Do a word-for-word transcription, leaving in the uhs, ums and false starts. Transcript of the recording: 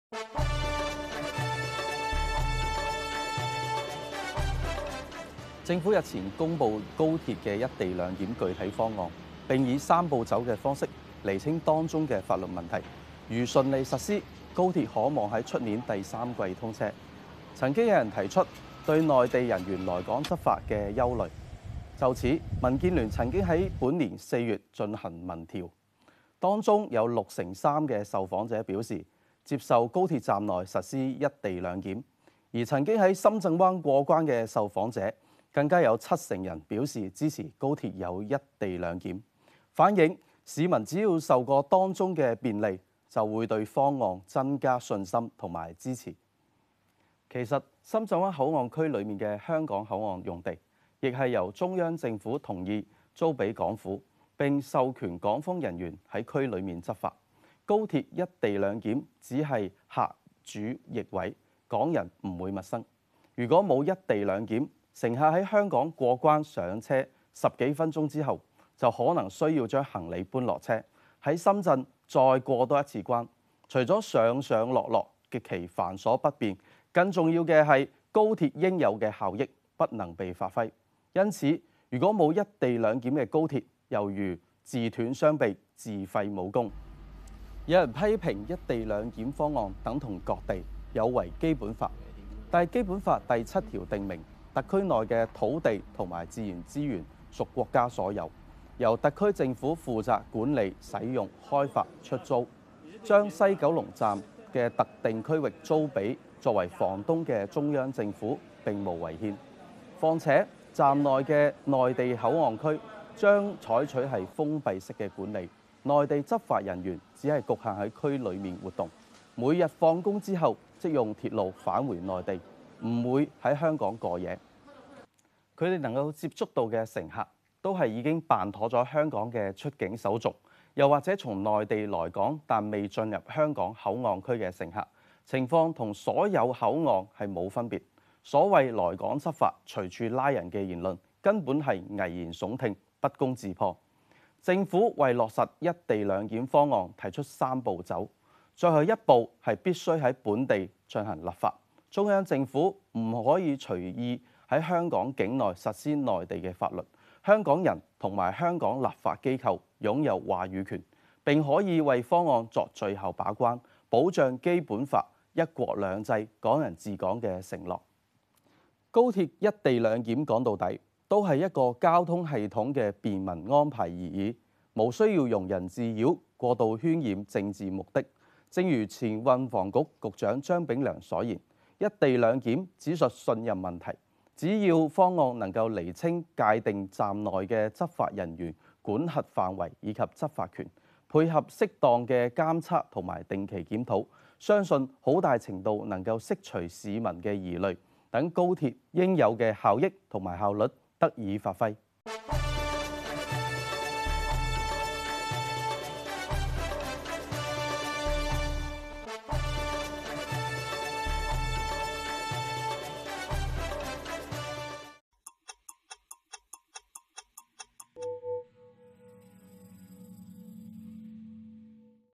政府日前公布高鐵嘅一地兩檢具體方案，並以三步走嘅方式釐清當中嘅法律問題。如順利實施，高鐵可望喺出年第三季通車。曾經有人提出對內地人員來港執法嘅憂慮，就此，民建聯曾經喺本年四月進行民調，當中有六成三嘅受訪者表示接受高鐵站內實施一地兩檢，而曾經喺深圳灣過關嘅受訪者，更加有七成人表示支持高鐵有一地兩檢，反映市民只要受過當中嘅便利，就會對方案增加信心同埋支持。其實深圳灣口岸區裡面嘅香港口岸用地，亦係由中央政府同意租俾港府，並授權港方人員喺區裡面執法。高鐵一地兩檢只係客主逆位，港人唔會陌生。如果冇一地兩檢，乘客喺香港過關上車十幾分鐘之後，就可能需要將行李搬落車，喺深圳再過多一次關。除咗上上落落極其繁瑣不便，更重要嘅係高鐵應有嘅效益不能被發揮。因此，如果冇一地兩檢嘅高鐵，猶如自斷雙臂、自廢武功。有人批評一地兩檢方案等同割地，有違基本法。但係基本法第七條定明，特區內嘅土地同埋自然資源屬國家所有，由特區政府負責管理、使用、開發、出租。將西九龍站嘅特定區域租俾作為房東嘅中央政府並無違憲。況且站內嘅內地口岸區將採取係封閉式嘅管理，內地執法人員只係局限喺區裡面活動，每日放工之後即用鐵路返回內地，唔會喺香港過夜。佢哋能夠接觸到嘅乘客都係已經辦妥咗香港嘅出境手續，又或者從內地來港但未進入香港口岸區嘅乘客，情況同所有口岸係冇分別。所謂來港執法隨處拉人嘅言論，根本係危言聳聽、不攻自破。政府為落實一地兩檢方案提出三步走，最後一步係必須喺本地進行立法。中央政府唔可以隨意喺香港境內實施內地嘅法律，香港人同埋香港立法機構擁有話語權，並可以為方案作最後把關，保障基本法、一國兩制、港人治港嘅承諾。高鐵一地兩檢講到底，都係一個交通系統嘅便民安排而已，無需要庸人自擾、過度渲染政治目的。正如前運房局局長張炳良所言，一地兩檢只屬信任問題，只要方案能夠釐清界定站內嘅執法人員管轄範圍以及執法權，配合適當嘅監測同埋定期檢討，相信好大程度能夠釋除市民嘅疑慮，等高鐵應有嘅效益同埋效率得以發揮。